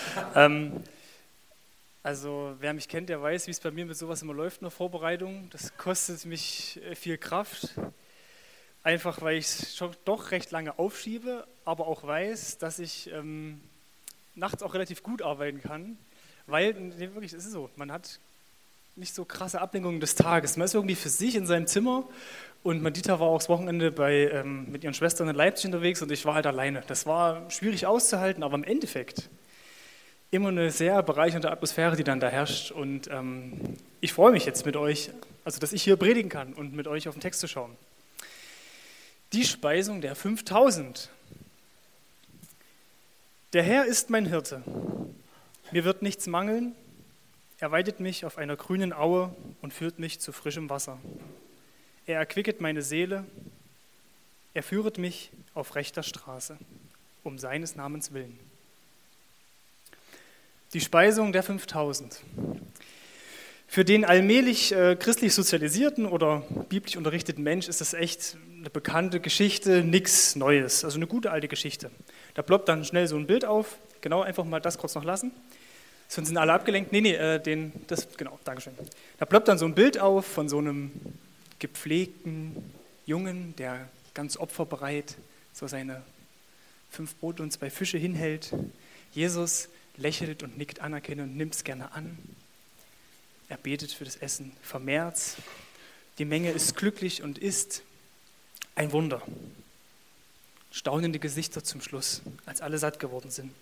Also wer mich kennt, der weiß, wie es bei mir mit sowas immer läuft in der Vorbereitung. Das kostet mich viel Kraft, einfach weil ich es schon doch recht lange aufschiebe, aber auch weiß, dass ich nachts auch relativ gut arbeiten kann, weil, nee, wirklich, es ist so, man hat nicht so krasse Ablenkungen des Tages. Man ist irgendwie für sich in seinem Zimmer und Madita war auch das Wochenende mit ihren Schwestern in Leipzig unterwegs und ich war halt alleine. Das war schwierig auszuhalten, aber im Endeffekt immer eine sehr bereichernde Atmosphäre, die dann da herrscht. Und ich freue mich jetzt mit euch, also dass ich hier predigen kann und mit euch auf den Text zu schauen. Die Speisung der 5000. Der Herr ist mein Hirte. Mir wird nichts mangeln. Er weidet mich auf einer grünen Aue und führt mich zu frischem Wasser. Er erquicket meine Seele. Er führet mich auf rechter Straße, um seines Namens willen. Die Speisung der 5000. Für den allmählich christlich sozialisierten oder biblisch unterrichteten Mensch ist das echt eine bekannte Geschichte, nichts Neues, also eine gute alte Geschichte. Da ploppt dann schnell so ein Bild auf, genau, einfach mal das kurz noch lassen, sonst sind alle abgelenkt. Genau, Dankeschön. Da ploppt dann so ein Bild auf von so einem gepflegten Jungen, der ganz opferbereit so seine 5 Brote und 2 Fische hinhält. Jesus lächelt und nickt anerkennend und nimmt es gerne an. Er betet für das Essen, vermehrt's. Die Menge ist glücklich und isst. Ein Wunder. Staunende Gesichter zum Schluss, als alle satt geworden sind.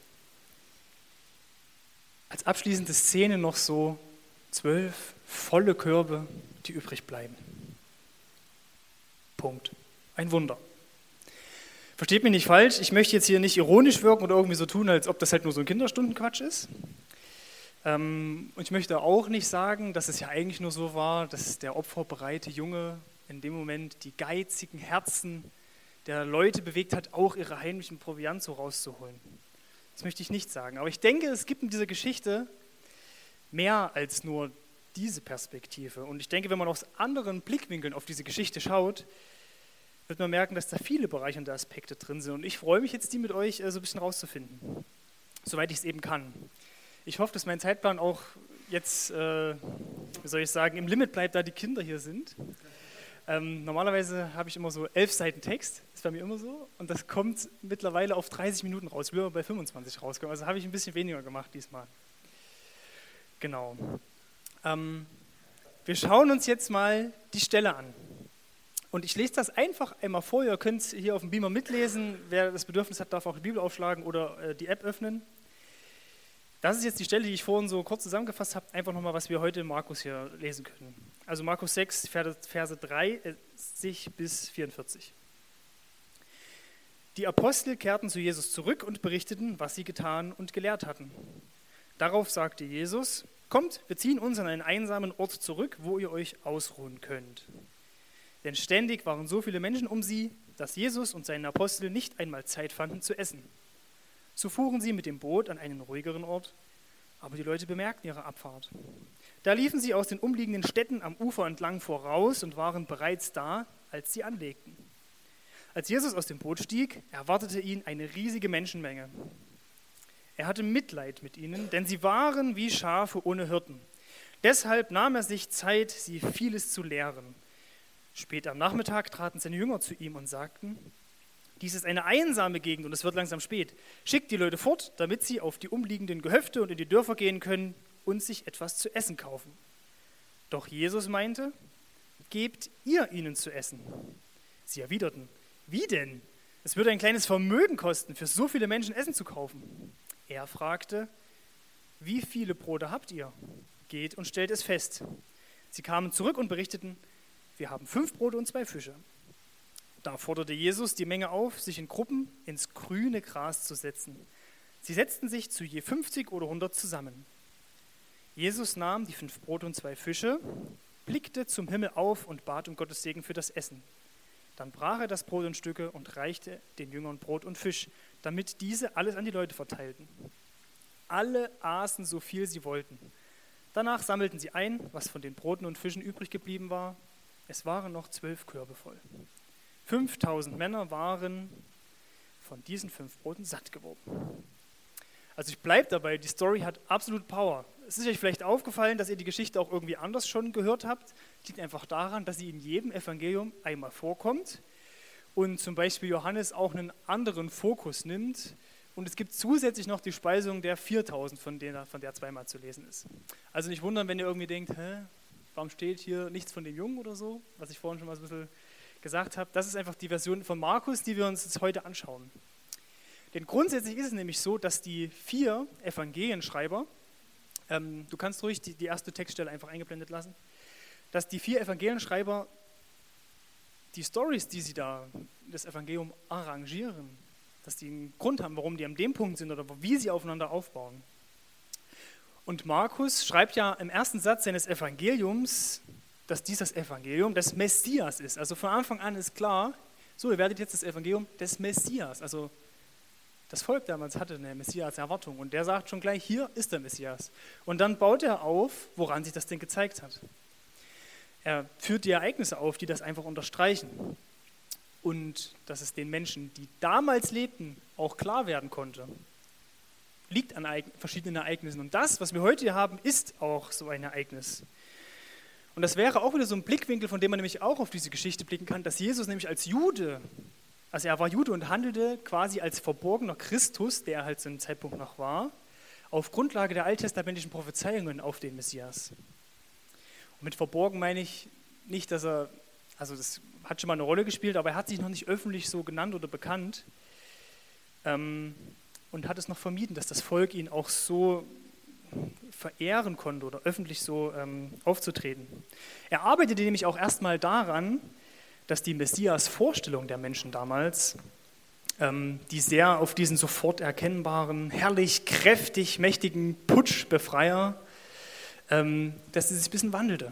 Als abschließende Szene noch so 12 volle Körbe, die übrig bleiben. Punkt. Ein Wunder. Versteht mich nicht falsch, ich möchte jetzt hier nicht ironisch wirken oder irgendwie so tun, als ob das halt nur so ein Kinderstundenquatsch ist. Und ich möchte auch nicht sagen, dass es ja eigentlich nur so war, dass der opferbereite Junge in dem Moment die geizigen Herzen der Leute bewegt hat, auch ihre heimlichen Proviant so rauszuholen. Das möchte ich nicht sagen. Aber ich denke, es gibt in dieser Geschichte mehr als nur diese Perspektive. Und ich denke, wenn man aus anderen Blickwinkeln auf diese Geschichte schaut, wird man merken, dass da viele bereichernde Aspekte drin sind. Und ich freue mich jetzt, die mit euch so ein bisschen rauszufinden, soweit ich es eben kann. Ich hoffe, dass mein Zeitplan auch jetzt, im Limit bleibt, da die Kinder hier sind. Normalerweise habe ich immer so 11 Seiten Text, ist bei mir immer so, und das kommt mittlerweile auf 30 Minuten raus, wir bei 25 rauskommen, also habe ich ein bisschen weniger gemacht diesmal. Genau. Wir schauen uns jetzt mal die Stelle an. Und ich lese das einfach einmal vor, ihr könnt hier auf dem Beamer mitlesen, wer das Bedürfnis hat, darf auch die Bibel aufschlagen oder die App öffnen. Das ist jetzt die Stelle, die ich vorhin so kurz zusammengefasst habe, einfach nochmal, was wir heute in Markus hier lesen können. Also Markus 6, Verse 30 bis 44. Die Apostel kehrten zu Jesus zurück und berichteten, was sie getan und gelehrt hatten. Darauf sagte Jesus: Kommt, wir ziehen uns an einen einsamen Ort zurück, wo ihr euch ausruhen könnt. Denn ständig waren so viele Menschen um sie, dass Jesus und seine Apostel nicht einmal Zeit fanden zu essen. So fuhren sie mit dem Boot an einen ruhigeren Ort, aber die Leute bemerkten ihre Abfahrt. Da liefen sie aus den umliegenden Städten am Ufer entlang voraus und waren bereits da, als sie anlegten. Als Jesus aus dem Boot stieg, erwartete ihn eine riesige Menschenmenge. Er hatte Mitleid mit ihnen, denn sie waren wie Schafe ohne Hirten. Deshalb nahm er sich Zeit, sie vieles zu lehren. Spät am Nachmittag traten seine Jünger zu ihm und sagten: Dies ist eine einsame Gegend und es wird langsam spät. Schickt die Leute fort, damit sie auf die umliegenden Gehöfte und in die Dörfer gehen können und sich etwas zu essen kaufen. Doch Jesus meinte: Gebt ihr ihnen zu essen. Sie erwiderten: Wie denn? Es würde ein kleines Vermögen kosten, für so viele Menschen Essen zu kaufen. Er fragte: Wie viele Brote habt ihr? Geht und stellt es fest. Sie kamen zurück und berichteten: Wir haben 5 Brote und 2 Fische. Da forderte Jesus die Menge auf, sich in Gruppen ins grüne Gras zu setzen. Sie setzten sich zu je 50 oder 100 zusammen. Jesus nahm die 5 Brote und 2 Fische, blickte zum Himmel auf und bat um Gottes Segen für das Essen. Dann brach er das Brot in Stücke und reichte den Jüngern Brot und Fisch, damit diese alles an die Leute verteilten. Alle aßen so viel sie wollten. Danach sammelten sie ein, was von den Broten und Fischen übrig geblieben war. Es waren noch 12 Körbe voll. 5000 Männer waren von diesen 5 Broten satt geworden. Also ich bleibe dabei, die Story hat absolut Power. Es ist euch vielleicht aufgefallen, dass ihr die Geschichte auch irgendwie anders schon gehört habt. Liegt einfach daran, dass sie in jedem Evangelium einmal vorkommt und zum Beispiel Johannes auch einen anderen Fokus nimmt. Und es gibt zusätzlich noch die Speisung der 4000, von der zweimal zu lesen ist. Also nicht wundern, wenn ihr irgendwie denkt, warum steht hier nichts von dem Jungen oder so, was ich vorhin schon mal so ein bisschen gesagt habe. Das ist einfach die Version von Markus, die wir uns jetzt heute anschauen. Denn grundsätzlich ist es nämlich so, dass die 4 Evangelienschreiber, du kannst ruhig die erste Textstelle einfach eingeblendet lassen, dass die 4 Evangelienschreiber die Storys, die sie da, das Evangelium arrangieren, dass die einen Grund haben, warum die an dem Punkt sind oder wie sie aufeinander aufbauen. Und Markus schreibt ja im ersten Satz seines Evangeliums, dass dieses Evangelium des Messias ist. Also von Anfang an ist klar, so, ihr werdet jetzt das Evangelium des Messias, also das Volk damals hatte eine Messias-Erwartung und der sagt schon gleich, hier ist der Messias. Und dann baut er auf, woran sich das denn gezeigt hat. Er führt die Ereignisse auf, die das einfach unterstreichen. Und dass es den Menschen, die damals lebten, auch klar werden konnte, liegt an verschiedenen Ereignissen. Und das, was wir heute hier haben, ist auch so ein Ereignis. Und das wäre auch wieder so ein Blickwinkel, von dem man nämlich auch auf diese Geschichte blicken kann, dass Jesus nämlich als Jude, also er war Jude und handelte quasi als verborgener Christus, der halt zu einem Zeitpunkt noch war, auf Grundlage der alttestamentlichen Prophezeiungen auf den Messias. Und mit verborgen meine ich nicht, dass er, also das hat schon mal eine Rolle gespielt, aber er hat sich noch nicht öffentlich so genannt oder bekannt und hat es noch vermieden, dass das Volk ihn auch so verehren konnte oder öffentlich so aufzutreten. Er arbeitete nämlich auch erstmal daran, dass die Messias-Vorstellung der Menschen damals, die sehr auf diesen sofort erkennbaren, herrlich, kräftig, mächtigen Putschbefreier, dass sie sich ein bisschen wandelte.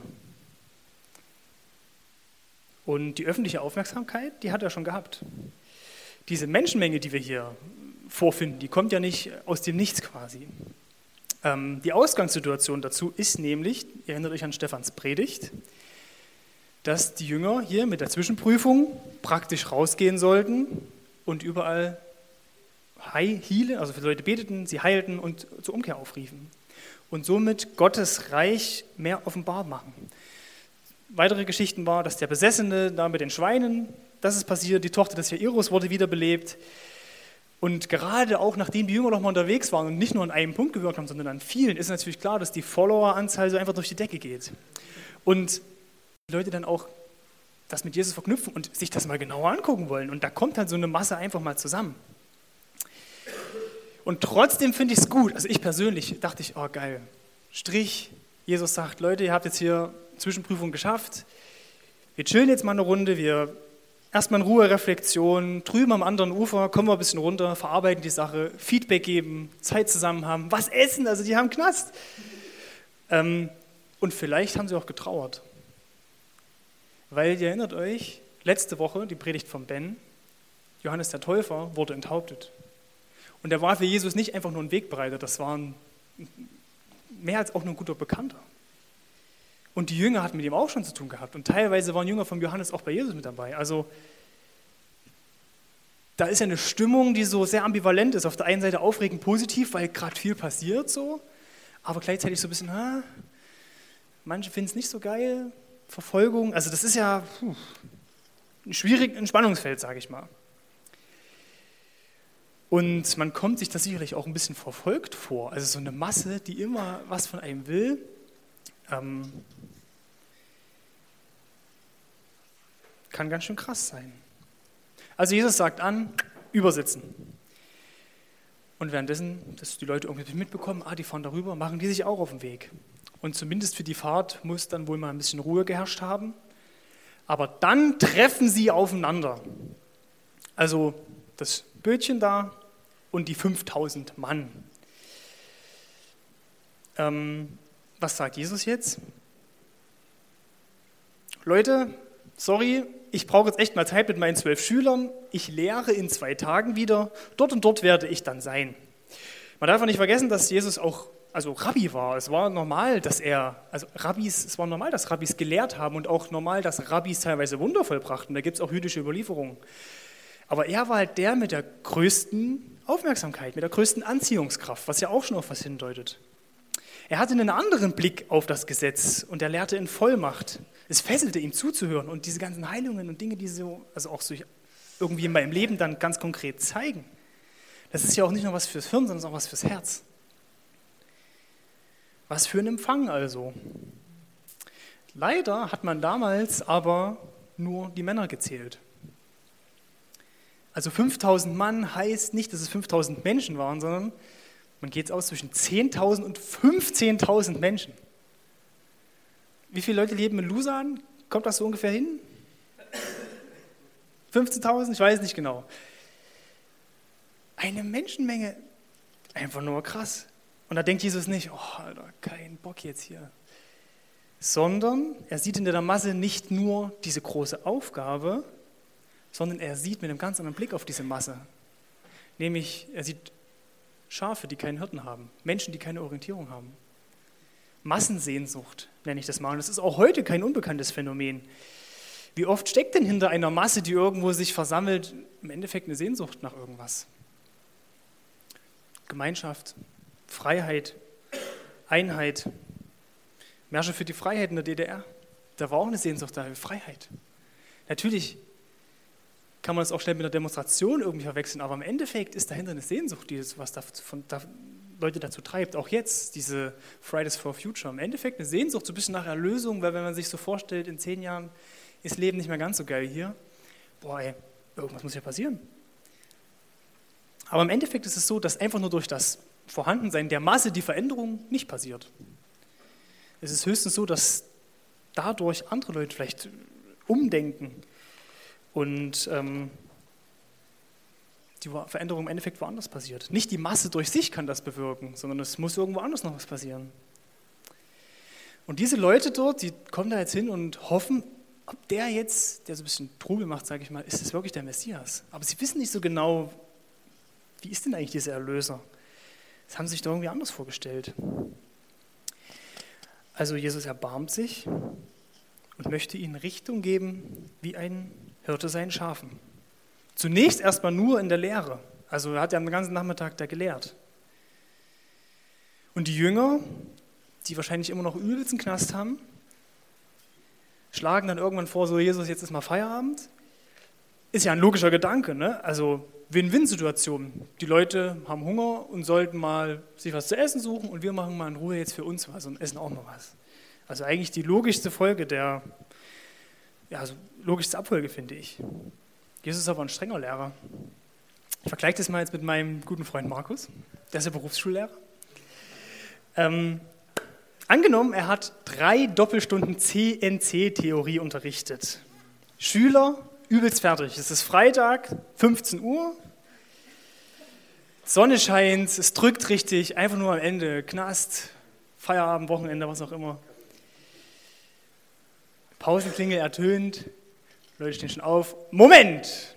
Und die öffentliche Aufmerksamkeit, die hat er schon gehabt. Diese Menschenmenge, die wir hier vorfinden, die kommt ja nicht aus dem Nichts quasi. Die Ausgangssituation dazu ist nämlich, ihr erinnert euch an Stephans Predigt, dass die Jünger hier mit der Zwischenprüfung praktisch rausgehen sollten und überall heilen, also für Leute beteten, sie heilten und zur Umkehr aufriefen. Und somit Gottes Reich mehr offenbar machen. Weitere Geschichten war, dass der Besessene da mit den Schweinen, das ist passiert, die Tochter des Jairus wurde wiederbelebt. Und gerade auch nachdem die Jünger noch mal unterwegs waren und nicht nur an einem Punkt gewirkt haben, sondern an vielen, ist natürlich klar, dass die Followeranzahl so einfach durch die Decke geht. Und die Leute dann auch das mit Jesus verknüpfen und sich das mal genauer angucken wollen. Und da kommt halt so eine Masse einfach mal zusammen. Und trotzdem finde ich es gut. Also ich persönlich dachte ich, oh geil, Strich. Jesus sagt, Leute, ihr habt jetzt hier Zwischenprüfung geschafft. Wir chillen jetzt mal eine Runde, wir erstmal in Ruhe, Reflexion, drüben am anderen Ufer, kommen wir ein bisschen runter, verarbeiten die Sache, Feedback geben, Zeit zusammen haben, was essen, also die haben Knast. Und vielleicht haben sie auch getrauert. Weil ihr erinnert euch, letzte Woche, die Predigt von Ben, Johannes der Täufer wurde enthauptet. Und er war für Jesus nicht einfach nur ein Wegbereiter, das war mehr als auch nur ein guter Bekannter. Und die Jünger hatten mit ihm auch schon zu tun gehabt. Und teilweise waren Jünger von Johannes auch bei Jesus mit dabei. Also da ist ja eine Stimmung, die so sehr ambivalent ist. Auf der einen Seite aufregend positiv, weil gerade viel passiert so, aber gleichzeitig so ein bisschen, manche finden es nicht so geil, Verfolgung. Also das ist ja ein Spannungsfeld, sage ich mal. Und man kommt sich da sicherlich auch ein bisschen verfolgt vor. Also so eine Masse, die immer was von einem will. Kann ganz schön krass sein. Also Jesus sagt an, übersitzen. Und währenddessen, dass die Leute irgendwie mitbekommen, die fahren darüber, machen die sich auch auf den Weg. Und zumindest für die Fahrt muss dann wohl mal ein bisschen Ruhe geherrscht haben. Aber dann treffen sie aufeinander. Also das Bötchen da und die 5000 Mann. Was sagt Jesus jetzt? Leute, sorry, ich brauche jetzt echt mal Zeit mit meinen 12 Schülern. Ich lehre in 2 Tagen wieder. Dort und dort werde ich dann sein. Man darf auch nicht vergessen, dass Jesus auch Rabbi war. Es war normal, dass Rabbis gelehrt haben und auch normal, dass Rabbis teilweise Wunder vollbrachten. Da gibt es auch jüdische Überlieferungen. Aber er war halt der mit der größten Aufmerksamkeit, mit der größten Anziehungskraft, was ja auch schon auf was hindeutet. Er hatte einen anderen Blick auf das Gesetz und er lehrte in Vollmacht. Es fesselte ihm zuzuhören und diese ganzen Heilungen und Dinge, die so, also auch so irgendwie in meinem Leben dann ganz konkret zeigen. Das ist ja auch nicht nur was fürs Hirn, sondern auch was fürs Herz. Was für ein Empfang also. Leider hat man damals aber nur die Männer gezählt. Also 5000 Mann heißt nicht, dass es 5000 Menschen waren, sondern man geht aus zwischen 10.000 und 15.000 Menschen. Wie viele Leute leben in Lusan? Kommt das so ungefähr hin? 15.000? Ich weiß nicht genau. Eine Menschenmenge, einfach nur krass. Und da denkt Jesus nicht, oh Alter, kein Bock jetzt hier. Sondern er sieht in der Masse nicht nur diese große Aufgabe, sondern er sieht mit einem ganz anderen Blick auf diese Masse. Nämlich, er sieht Schafe, die keinen Hirten haben, Menschen, die keine Orientierung haben. Massensehnsucht nenne ich das mal. Und das ist auch heute kein unbekanntes Phänomen. Wie oft steckt denn hinter einer Masse, die irgendwo sich versammelt, im Endeffekt eine Sehnsucht nach irgendwas? Gemeinschaft, Freiheit, Einheit. Märsche für die Freiheit in der DDR. Da war auch eine Sehnsucht da, Freiheit. Natürlich kann man es auch schnell mit einer Demonstration irgendwie verwechseln, aber im Endeffekt ist dahinter eine Sehnsucht, die was Leute dazu treibt. Auch jetzt, diese Fridays for Future. Im Endeffekt eine Sehnsucht, so ein bisschen nach Erlösung, weil wenn man sich so vorstellt, in 10 Jahren ist Leben nicht mehr ganz so geil hier. Boah, ey, irgendwas muss ja passieren. Aber im Endeffekt ist es so, dass einfach nur durch das Vorhandensein der Masse die Veränderung nicht passiert. Es ist höchstens so, dass dadurch andere Leute vielleicht umdenken und die Veränderung im Endeffekt woanders passiert. Nicht die Masse durch sich kann das bewirken, sondern es muss irgendwo anders noch was passieren. Und diese Leute dort, die kommen da jetzt hin und hoffen, ob der jetzt, der so ein bisschen Trubel macht, sage ich mal, ist es wirklich der Messias? Aber sie wissen nicht so genau, wie ist denn eigentlich dieser Erlöser? Das haben sie sich doch irgendwie anders vorgestellt. Also Jesus erbarmt sich und möchte ihnen Richtung geben, wie ein Hirte seinen Schafen. Zunächst erstmal nur in der Lehre. Also er hat ja den ganzen Nachmittag da gelehrt. Und die Jünger, die wahrscheinlich immer noch übelsten Knast haben, schlagen dann irgendwann vor, so Jesus, jetzt ist mal Feierabend. Ist ja ein logischer Gedanke, ne? Also Win-Win-Situation. Die Leute haben Hunger und sollten mal sich was zu essen suchen und wir machen mal in Ruhe jetzt für uns was und essen auch noch was. Also eigentlich die logischste Folge logischste Abfolge, finde ich. Jesus ist aber ein strenger Lehrer. Ich vergleiche das mal jetzt mit meinem guten Freund Markus, der ist ja Berufsschullehrer. Angenommen, er hat 3 Doppelstunden CNC-Theorie unterrichtet. Schüler, übelst fertig. Es ist Freitag, 15 Uhr. Sonne scheint, es drückt richtig, einfach nur am Ende. Knast, Feierabend, Wochenende, was auch immer. Pausenklingel ertönt, Leute stehen schon auf. Moment!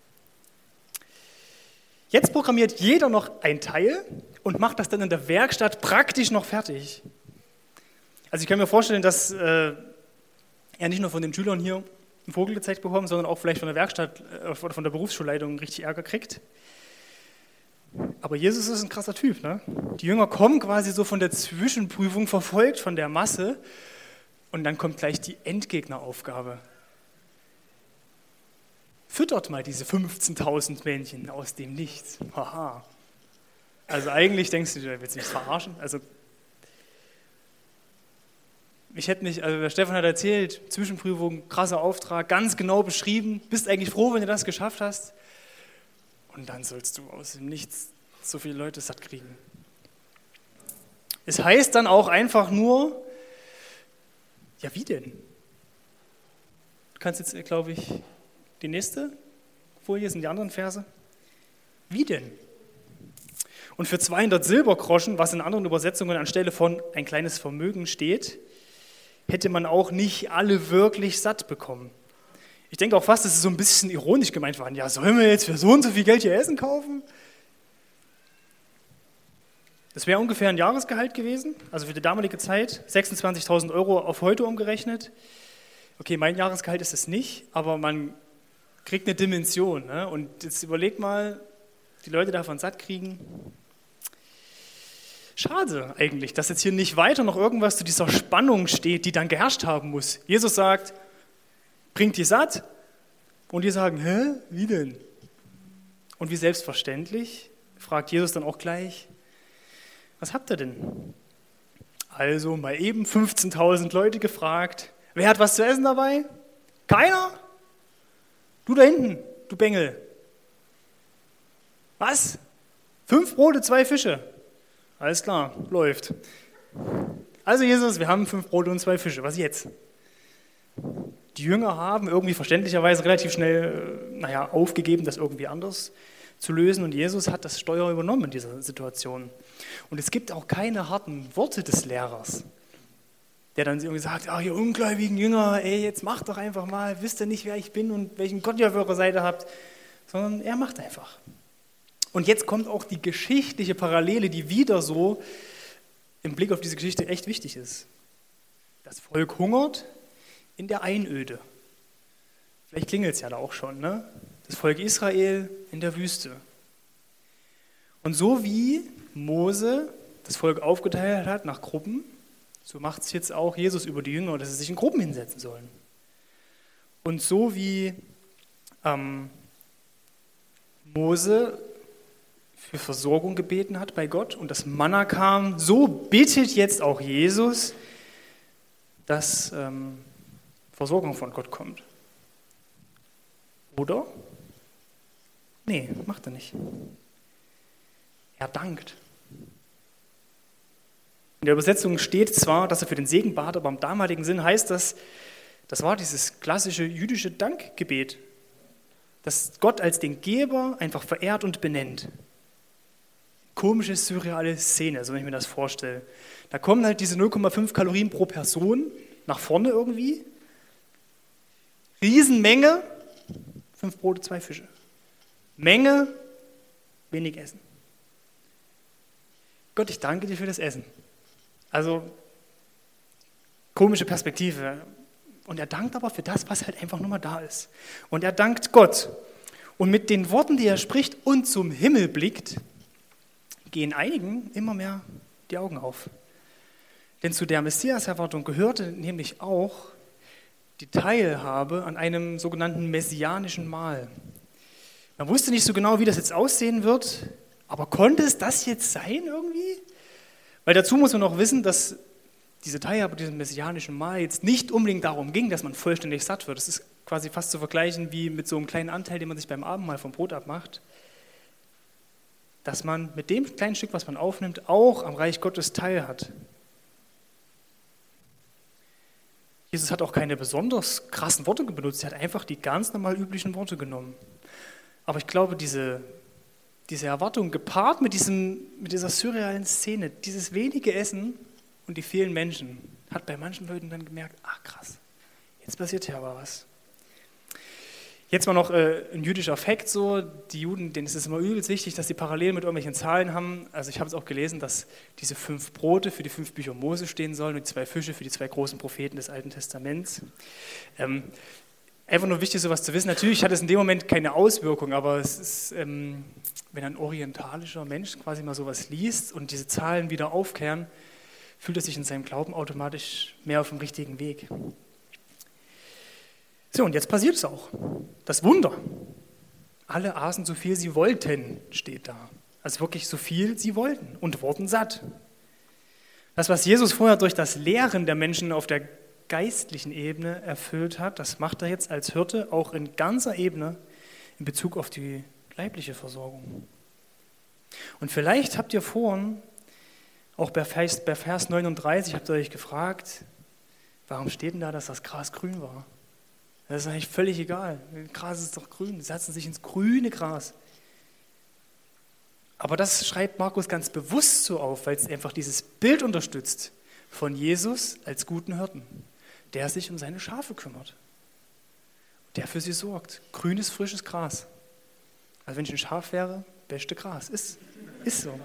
Jetzt programmiert jeder noch ein Teil und macht das dann in der Werkstatt praktisch noch fertig. Also ich kann mir vorstellen, dass er nicht nur von den Schülern hier einen Vogel gezeigt bekommt, sondern auch vielleicht von der Werkstatt oder von der Berufsschulleitung richtig Ärger kriegt. Aber Jesus ist ein krasser Typ, ne? Die Jünger kommen quasi so von der Zwischenprüfung verfolgt von der Masse und dann kommt gleich die Endgegneraufgabe. Füttert mal diese 15.000 Männchen aus dem Nichts. Haha. Also eigentlich denkst du, der will sich verarschen. Also der Stefan hat erzählt, Zwischenprüfung, krasser Auftrag, ganz genau beschrieben, bist eigentlich froh, wenn du das geschafft hast. Und dann sollst du aus dem Nichts so viele Leute satt kriegen. Es heißt dann auch einfach nur, ja wie denn? Du kannst jetzt, glaube ich, die nächste Folie sind die anderen Verse. Wie denn? Und für 200 Silbergroschen, was in anderen Übersetzungen anstelle von ein kleines Vermögen steht, hätte man auch nicht alle wirklich satt bekommen. Ich denke auch fast, dass es so ein bisschen ironisch gemeint war. Ja, sollen wir jetzt für so und so viel Geld hier Essen kaufen? Das wäre ungefähr ein Jahresgehalt gewesen, also für die damalige Zeit, 26.000 Euro auf heute umgerechnet. Okay, mein Jahresgehalt ist es nicht, aber man kriegt eine Dimension. Ne? Und jetzt überleg mal, die Leute davon satt kriegen. Schade eigentlich, dass jetzt hier nicht weiter noch irgendwas zu dieser Spannung steht, die dann geherrscht haben muss. Jesus sagt, bringt die satt und die sagen, hä, wie denn? Und wie selbstverständlich fragt Jesus dann auch gleich, was habt ihr denn? Also mal eben 15.000 Leute gefragt, wer hat was zu essen dabei? Keiner? Du da hinten, du Bengel. Was? 5 Brote, 2 Fische. Alles klar, läuft. Also Jesus, wir haben 5 Brote und 2 Fische. Was jetzt? Die Jünger haben irgendwie verständlicherweise relativ schnell aufgegeben, das irgendwie anders zu lösen. Und Jesus hat das Steuer übernommen in dieser Situation. Und es gibt auch keine harten Worte des Lehrers, der dann irgendwie sagt, ihr ungläubigen Jünger, jetzt macht doch einfach mal, wisst ihr nicht, wer ich bin und welchen Gott ihr auf eurer Seite habt, sondern er macht einfach. Und jetzt kommt auch die geschichtliche Parallele, die wieder so im Blick auf diese Geschichte echt wichtig ist. Das Volk hungert in der Einöde. Vielleicht klingelt es ja da auch schon, ne? Das Volk Israel in der Wüste. Und so wie Mose das Volk aufgeteilt hat nach Gruppen, so macht es jetzt auch Jesus über die Jünger, dass sie sich in Gruppen hinsetzen sollen. Und so wie Mose für Versorgung gebeten hat bei Gott und das Manna kam, so bittet jetzt auch Jesus, dass Versorgung von Gott kommt. Oder? Nee, macht er nicht. Er dankt. In der Übersetzung steht zwar, dass er für den Segen bat, aber im damaligen Sinn heißt das war dieses klassische jüdische Dankgebet, das Gott als den Geber einfach verehrt und benennt. Komische, surreale Szene, so wenn ich mir das vorstelle. Da kommen halt diese 0,5 Kalorien pro Person nach vorne irgendwie. Riesenmenge, 5 Brote, 2 Fische. Menge, wenig Essen. Gott, ich danke dir für das Essen. Also, komische Perspektive. Und er dankt aber für das, was halt einfach nur mal da ist. Und er dankt Gott. Und mit den Worten, die er spricht und zum Himmel blickt, gehen einigen immer mehr die Augen auf. Denn zu der Messias-Erwartung gehörte nämlich auch die Teilhabe an einem sogenannten messianischen Mahl. Man wusste nicht so genau, wie das jetzt aussehen wird, aber konnte es das jetzt sein irgendwie? Weil dazu muss man noch wissen, dass diese Teilhabe an diesem messianischen Mahl jetzt nicht unbedingt darum ging, dass man vollständig satt wird. Das ist quasi fast zu vergleichen wie mit so einem kleinen Anteil, den man sich beim Abendmahl vom Brot abmacht. Dass man mit dem kleinen Stück, was man aufnimmt, auch am Reich Gottes teilhat. Jesus hat auch keine besonders krassen Worte benutzt, er hat einfach die ganz normal üblichen Worte genommen. Aber ich glaube, diese Erwartung gepaart mit dieser surrealen Szene, dieses wenige Essen und die vielen Menschen, hat bei manchen Leuten dann gemerkt, ach krass, jetzt passiert hier aber was. Jetzt mal noch ein jüdischer Fakt, so, die Juden, denen ist es immer übelst wichtig, dass sie parallel mit irgendwelchen Zahlen haben. Also ich habe es auch gelesen, dass diese 5 Brote für die 5 Bücher Mose stehen sollen und die 2 Fische für die 2 großen Propheten des Alten Testaments. Einfach nur wichtig, sowas zu wissen. Natürlich hat es in dem Moment keine Auswirkung, aber es ist, wenn ein orientalischer Mensch quasi mal sowas liest und diese Zahlen wieder aufkehren, fühlt er sich in seinem Glauben automatisch mehr auf dem richtigen Weg. So, und jetzt passiert es auch. Das Wunder. Alle aßen so viel sie wollten, steht da. Also wirklich so viel sie wollten und wurden satt. Das, was Jesus vorher durch das Lehren der Menschen auf der geistlichen Ebene erfüllt hat, das macht er jetzt als Hirte auch in ganzer Ebene in Bezug auf die leibliche Versorgung. Und vielleicht habt ihr vorhin, auch bei Vers 39, habt ihr euch gefragt, warum steht denn da, dass das Gras grün war? Das ist eigentlich völlig egal. Gras ist doch grün. Sie setzen sich ins grüne Gras. Aber das schreibt Markus ganz bewusst so auf, weil es einfach dieses Bild unterstützt von Jesus als guten Hirten, der sich um seine Schafe kümmert, der für sie sorgt. Grünes, frisches Gras. Also wenn ich ein Schaf wäre, beste Gras. Ist so.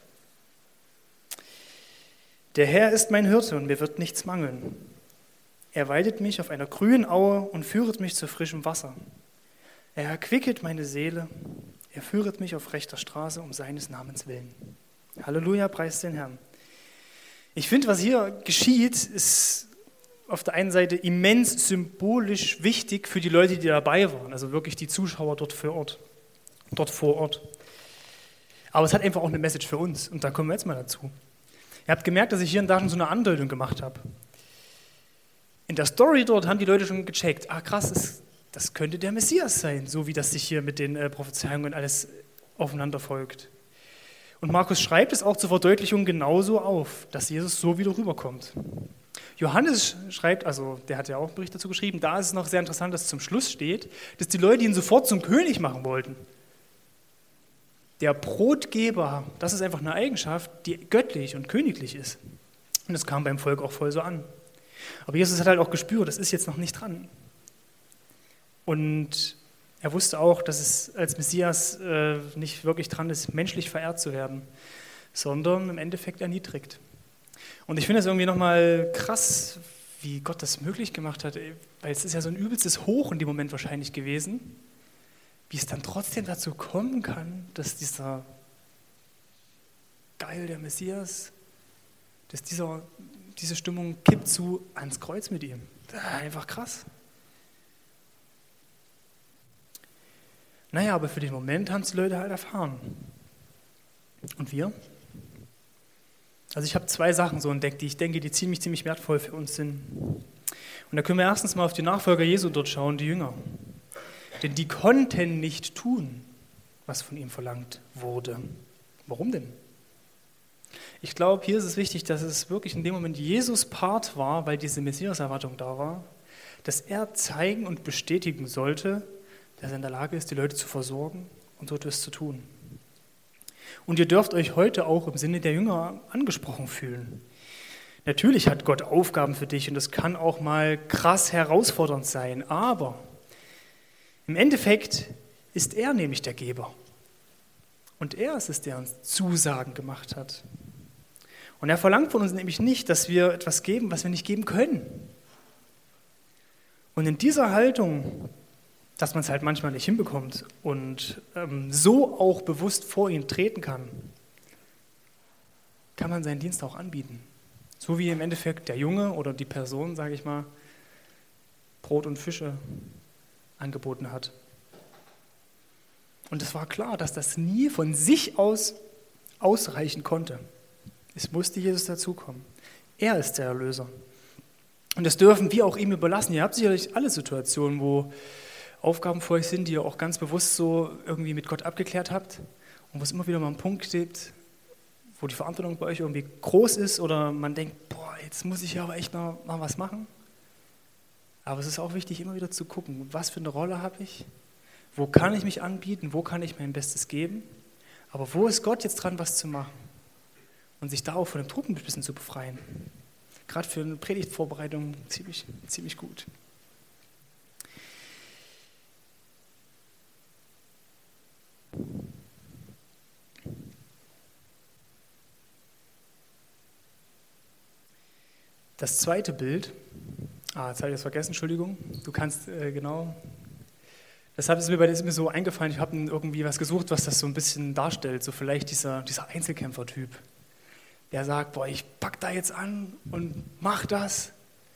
Der Herr ist mein Hirte und mir wird nichts mangeln. Er weidet mich auf einer grünen Aue und führet mich zu frischem Wasser. Er erquicket meine Seele. Er führet mich auf rechter Straße um seines Namens willen. Halleluja, preist den Herrn. Ich finde, was hier geschieht, ist auf der einen Seite immens symbolisch wichtig für die Leute, die dabei waren, also wirklich die Zuschauer dort vor Ort. Aber es hat einfach auch eine Message für uns und da kommen wir jetzt mal dazu. Ihr habt gemerkt, dass ich hier und da schon so eine Andeutung gemacht habe. In der Story dort haben die Leute schon gecheckt, krass, das könnte der Messias sein, so wie das sich hier mit den Prophezeiungen alles aufeinander folgt. Und Markus schreibt es auch zur Verdeutlichung genauso auf, dass Jesus so wieder rüberkommt. Johannes schreibt, also der hat ja auch einen Bericht dazu geschrieben, da ist es noch sehr interessant, dass zum Schluss steht, dass die Leute ihn sofort zum König machen wollten. Der Brotgeber, das ist einfach eine Eigenschaft, die göttlich und königlich ist. Und das kam beim Volk auch voll so an. Aber Jesus hat halt auch gespürt, das ist jetzt noch nicht dran. Und er wusste auch, dass es als Messias nicht wirklich dran ist, menschlich verehrt zu werden, sondern im Endeffekt erniedrigt. Und ich finde es irgendwie nochmal krass, wie Gott das möglich gemacht hat, weil es ist ja so ein übelstes Hoch in dem Moment wahrscheinlich gewesen, wie es dann trotzdem dazu kommen kann, dass dieser der Messias, dass diese Stimmung kippt zu ans Kreuz mit ihm. Das ist einfach krass. Naja, aber für den Moment haben es die Leute halt erfahren. Und wir? Also ich habe 2 Sachen so entdeckt, die ich denke, die ziemlich wertvoll für uns sind. Und da können wir erstens mal auf die Nachfolger Jesu dort schauen, die Jünger. Denn die konnten nicht tun, was von ihm verlangt wurde. Warum denn? Ich glaube, hier ist es wichtig, dass es wirklich in dem Moment Jesus Part war, weil diese Messias-Erwartung da war, dass er zeigen und bestätigen sollte, dass er in der Lage ist, die Leute zu versorgen und so etwas zu tun. Und ihr dürft euch heute auch im Sinne der Jünger angesprochen fühlen. Natürlich hat Gott Aufgaben für dich und das kann auch mal krass herausfordernd sein, aber im Endeffekt ist er nämlich der Geber. Und er ist es, der uns Zusagen gemacht hat. Und er verlangt von uns nämlich nicht, dass wir etwas geben, was wir nicht geben können. Und in dieser Haltung, dass man es halt manchmal nicht hinbekommt und so auch bewusst vor ihn treten kann man seinen Dienst auch anbieten. So wie im Endeffekt der Junge oder die Person, sage ich mal, Brot und Fische angeboten hat. Und es war klar, dass das nie von sich aus ausreichen konnte. Es musste Jesus dazukommen. Er ist der Erlöser. Und das dürfen wir auch ihm überlassen. Ihr habt sicherlich alle Situationen, wo Aufgaben vor euch sind, die ihr auch ganz bewusst so irgendwie mit Gott abgeklärt habt und wo es immer wieder mal einen Punkt gibt, wo die Verantwortung bei euch irgendwie groß ist oder man denkt, jetzt muss ich ja aber echt noch mal was machen. Aber es ist auch wichtig, immer wieder zu gucken, was für eine Rolle habe ich, wo kann ich mich anbieten, wo kann ich mein Bestes geben, aber wo ist Gott jetzt dran, was zu machen und sich da auch von dem Druck ein bisschen zu befreien. Gerade für eine Predigtvorbereitung ziemlich gut. Das zweite Bild, jetzt habe ich das vergessen, Entschuldigung, du kannst, genau, ist mir so eingefallen, ich habe irgendwie was gesucht, was das so ein bisschen darstellt, so vielleicht dieser Einzelkämpfer-Typ, der sagt, ich pack da jetzt an und mach das.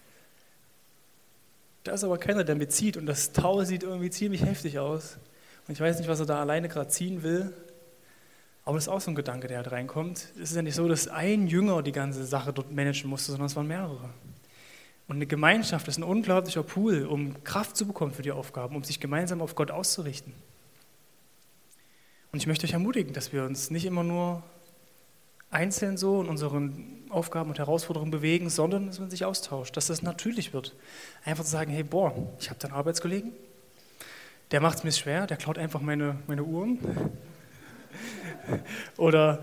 Da ist aber keiner, der mitzieht und das Tau sieht irgendwie ziemlich heftig aus und ich weiß nicht, was er da alleine gerade ziehen will. Aber das ist auch so ein Gedanke, der halt reinkommt. Es ist ja nicht so, dass ein Jünger die ganze Sache dort managen musste, sondern es waren mehrere. Und eine Gemeinschaft ist ein unglaublicher Pool, um Kraft zu bekommen für die Aufgaben, um sich gemeinsam auf Gott auszurichten. Und ich möchte euch ermutigen, dass wir uns nicht immer nur einzeln so in unseren Aufgaben und Herausforderungen bewegen, sondern dass man sich austauscht, dass das natürlich wird. Einfach zu sagen, hey, ich habe da einen Arbeitskollegen, der macht es mir schwer, der klaut einfach meine Uhren. Oder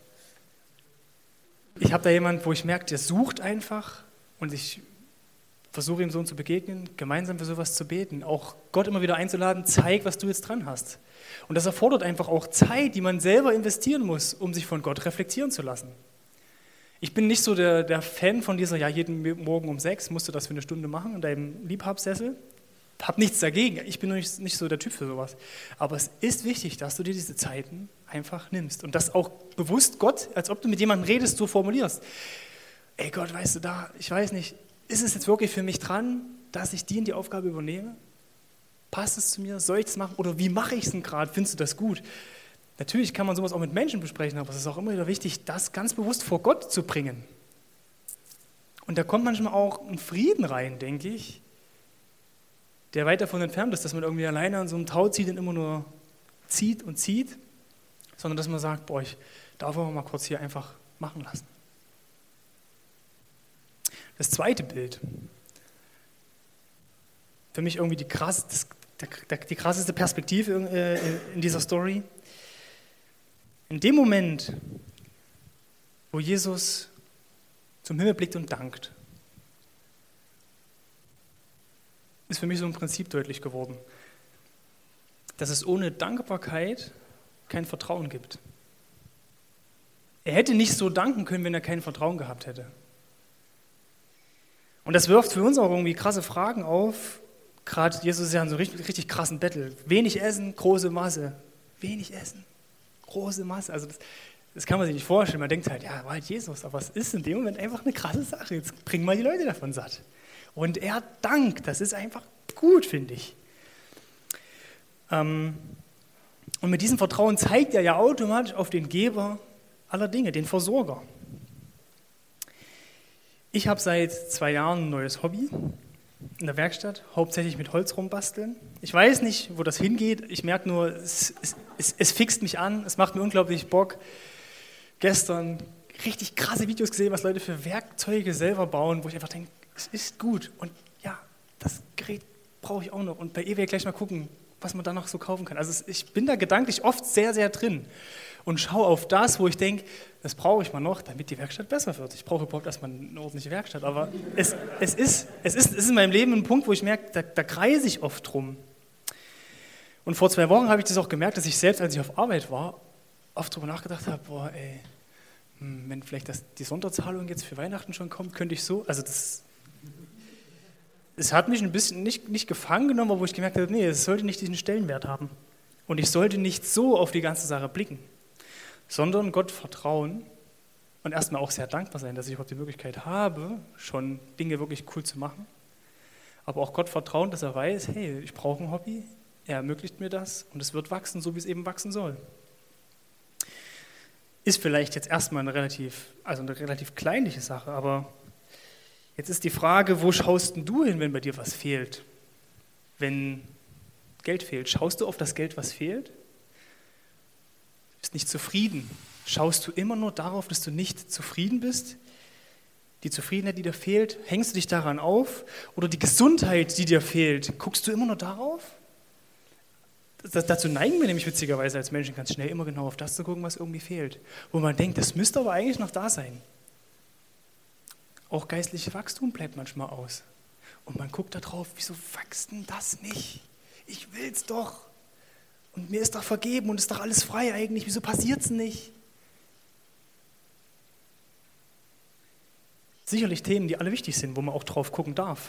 ich habe da jemanden, wo ich merke, der sucht einfach und ich versuche ihm so zu begegnen, gemeinsam für sowas zu beten, auch Gott immer wieder einzuladen, zeig, was du jetzt dran hast. Und das erfordert einfach auch Zeit, die man selber investieren muss, um sich von Gott reflektieren zu lassen. Ich bin nicht so der Fan von dieser, jeden Morgen um 6 musst du das für eine Stunde machen in deinem Liebhabsessel. habe nichts dagegen. Ich bin nicht so der Typ für sowas. Aber es ist wichtig, dass du dir diese Zeiten einfach nimmst und das auch bewusst Gott, als ob du mit jemandem redest, so formulierst. Ey Gott, weißt du, ich weiß nicht, ist es jetzt wirklich für mich dran, dass ich die Aufgabe übernehme? Passt es zu mir? Soll ich das machen? Oder wie mache ich es denn gerade? Findest du das gut? Natürlich kann man sowas auch mit Menschen besprechen, aber es ist auch immer wieder wichtig, das ganz bewusst vor Gott zu bringen. Und da kommt manchmal auch ein Frieden rein, denke ich, der weit davon entfernt ist, dass man irgendwie alleine an so einem Tau zieht und immer nur zieht und zieht, sondern dass man sagt, boah, ich darf aber mal kurz hier einfach machen lassen. Das zweite Bild, für mich irgendwie die krasseste Perspektive in dieser Story. In dem Moment, wo Jesus zum Himmel blickt und dankt, ist für mich so ein Prinzip deutlich geworden, dass es ohne Dankbarkeit kein Vertrauen gibt. Er hätte nicht so danken können, wenn er kein Vertrauen gehabt hätte. Und das wirft für uns auch irgendwie krasse Fragen auf. Gerade Jesus ist ja in so richtig krassen Battle. Wenig Essen, große Masse. Wenig Essen, große Masse. Also das kann man sich nicht vorstellen. Man denkt halt, ja, war halt Jesus. Aber es ist in dem Moment einfach eine krasse Sache. Jetzt bringen mal die Leute davon satt. Und er dankt. Das ist einfach gut, finde ich. Und mit diesem Vertrauen zeigt er ja automatisch auf den Geber aller Dinge, den Versorger. Ich habe seit 2 Jahren ein neues Hobby in der Werkstatt, hauptsächlich mit Holz rumbasteln. Ich weiß nicht, wo das hingeht. Ich merke nur, es fixt mich an, es macht mir unglaublich Bock. Gestern richtig krasse Videos gesehen, was Leute für Werkzeuge selber bauen, wo ich einfach denke, es ist gut. Und ja, das Gerät brauche ich auch noch. Und bei eBay gleich mal gucken, was man da noch so kaufen kann. Also ich bin da gedanklich oft sehr, sehr drin und schaue auf das, wo ich denke, das brauche ich mal noch, damit die Werkstatt besser wird. Ich brauche überhaupt erstmal eine ordentliche Werkstatt, aber es ist in meinem Leben ein Punkt, wo ich merke, da kreise ich oft drum. Und vor 2 Wochen habe ich das auch gemerkt, dass ich selbst, als ich auf Arbeit war, oft darüber nachgedacht habe, boah, ey, wenn vielleicht die Sonderzahlung jetzt für Weihnachten schon kommt, könnte ich so, also es hat mich ein bisschen nicht gefangen genommen, aber wo ich gemerkt habe, nee, es sollte nicht diesen Stellenwert haben. Und ich sollte nicht so auf die ganze Sache blicken, sondern Gott vertrauen und erstmal auch sehr dankbar sein, dass ich überhaupt die Möglichkeit habe, schon Dinge wirklich cool zu machen. Aber auch Gott vertrauen, dass er weiß, hey, ich brauche ein Hobby, er ermöglicht mir das und es wird wachsen, so wie es eben wachsen soll. Ist vielleicht jetzt erstmal eine relativ kleinliche Sache, aber jetzt ist die Frage, wo schaust denn du hin, wenn bei dir was fehlt? Wenn Geld fehlt, schaust du auf das Geld, was fehlt? Bist nicht zufrieden? Schaust du immer nur darauf, dass du nicht zufrieden bist? Die Zufriedenheit, die dir fehlt, hängst du dich daran auf? Oder die Gesundheit, die dir fehlt, guckst du immer nur darauf? Dazu neigen wir nämlich witzigerweise als Menschen ganz schnell immer genau auf das zu gucken, was irgendwie fehlt. Wo man denkt, das müsste aber eigentlich noch da sein. Auch geistliches Wachstum bleibt manchmal aus. Und man guckt da drauf, wieso wächst denn das nicht? Ich will's doch. Und mir ist doch vergeben und ist doch alles frei eigentlich. Wieso passiert's nicht? Sicherlich Themen, die alle wichtig sind, wo man auch drauf gucken darf.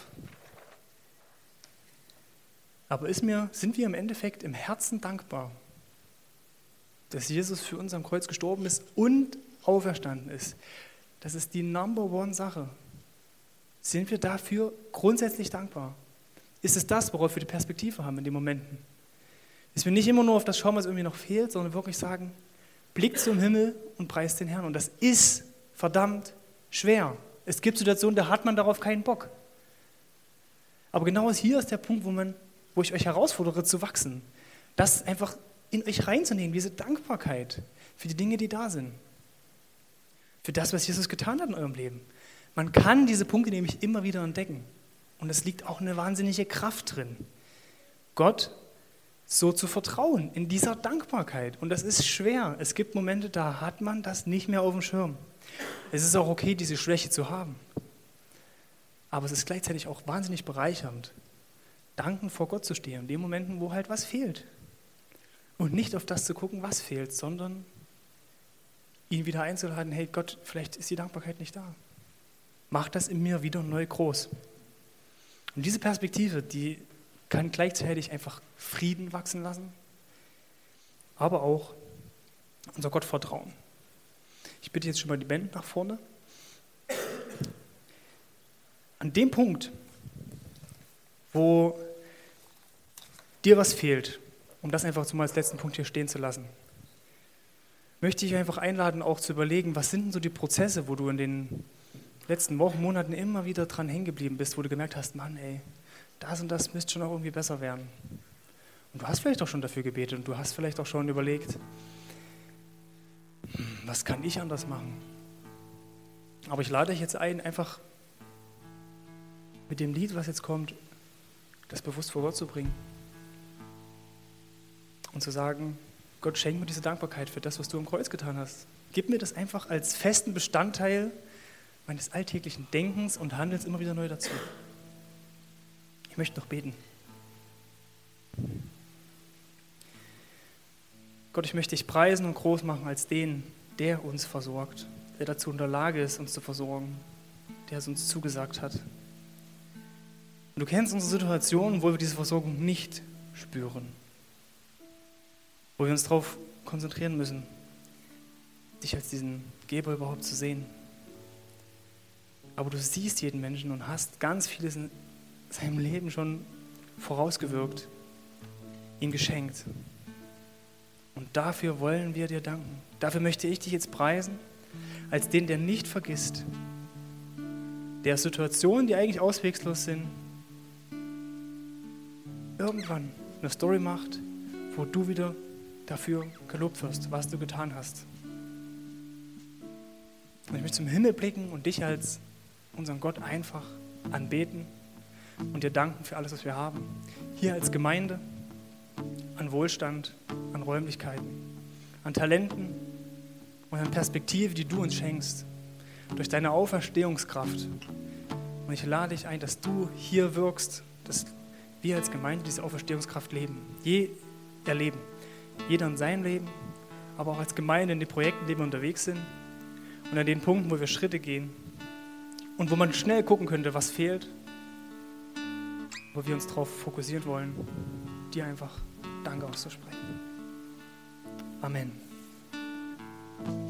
Aber sind wir im Endeffekt im Herzen dankbar, dass Jesus für uns am Kreuz gestorben ist und auferstanden ist? Das ist die Number-One-Sache. Sind wir dafür grundsätzlich dankbar? Ist es das, worauf wir die Perspektive haben in den Momenten? Dass wir nicht immer nur auf das schauen, was irgendwie noch fehlt, sondern wirklich sagen, Blick zum Himmel und preist den Herrn. Und das ist verdammt schwer. Es gibt Situationen, da hat man darauf keinen Bock. Aber genau hier ist der Punkt, wo ich euch herausfordere, zu wachsen. Das einfach in euch reinzunehmen, diese Dankbarkeit für die Dinge, die da sind. Für das, was Jesus getan hat in eurem Leben. Man kann diese Punkte nämlich immer wieder entdecken. Und es liegt auch eine wahnsinnige Kraft drin. Gott so zu vertrauen, in dieser Dankbarkeit. Und das ist schwer. Es gibt Momente, da hat man das nicht mehr auf dem Schirm. Es ist auch okay, diese Schwäche zu haben. Aber es ist gleichzeitig auch wahnsinnig bereichernd, dankend vor Gott zu stehen, in den Momenten, wo halt was fehlt. Und nicht auf das zu gucken, was fehlt, sondern ihn wieder einzuladen, hey Gott, vielleicht ist die Dankbarkeit nicht da. Mach das in mir wieder neu groß. Und diese Perspektive, die kann gleichzeitig einfach Frieden wachsen lassen, aber auch unser Gottvertrauen. Ich bitte jetzt schon mal die Band nach vorne. An dem Punkt, wo dir was fehlt, um das einfach so mal als letzten Punkt hier stehen zu lassen, möchte ich einfach einladen, auch zu überlegen, was sind denn so die Prozesse, wo du in den letzten Wochen, Monaten immer wieder dran hängen geblieben bist, wo du gemerkt hast, Mann, ey, das und das müsste schon auch irgendwie besser werden. Und du hast vielleicht auch schon dafür gebetet und du hast vielleicht auch schon überlegt, was kann ich anders machen? Aber ich lade dich jetzt ein, einfach mit dem Lied, was jetzt kommt, das bewusst vor Gott zu bringen. Und zu sagen, Gott, schenk mir diese Dankbarkeit für das, was du am Kreuz getan hast. Gib mir das einfach als festen Bestandteil meines alltäglichen Denkens und Handelns immer wieder neu dazu. Ich möchte noch beten. Gott, ich möchte dich preisen und groß machen als den, der uns versorgt, der dazu in der Lage ist, uns zu versorgen, der es uns zugesagt hat. Und du kennst unsere Situation, wo wir diese Versorgung nicht spüren, wo wir uns darauf konzentrieren müssen, dich als diesen Geber überhaupt zu sehen. Aber du siehst jeden Menschen und hast ganz vieles in seinem Leben schon vorausgewirkt, ihm geschenkt. Und dafür wollen wir dir danken. Dafür möchte ich dich jetzt preisen, als den, der nicht vergisst, der Situationen, die eigentlich auswegslos sind, irgendwann eine Story macht, wo du wieder dafür gelobt wirst, was du getan hast. Und ich möchte zum Himmel blicken und dich als unseren Gott einfach anbeten und dir danken für alles, was wir haben. Hier als Gemeinde, an Wohlstand, an Räumlichkeiten, an Talenten und an Perspektive, die du uns schenkst, durch deine Auferstehungskraft. Und ich lade dich ein, dass du hier wirkst, dass wir als Gemeinde diese Auferstehungskraft erleben. Jeder in seinem Leben, aber auch als Gemeinde in den Projekten, in denen wir unterwegs sind und an den Punkten, wo wir Schritte gehen und wo man schnell gucken könnte, was fehlt, wo wir uns darauf fokussieren wollen, dir einfach Danke auszusprechen. Amen.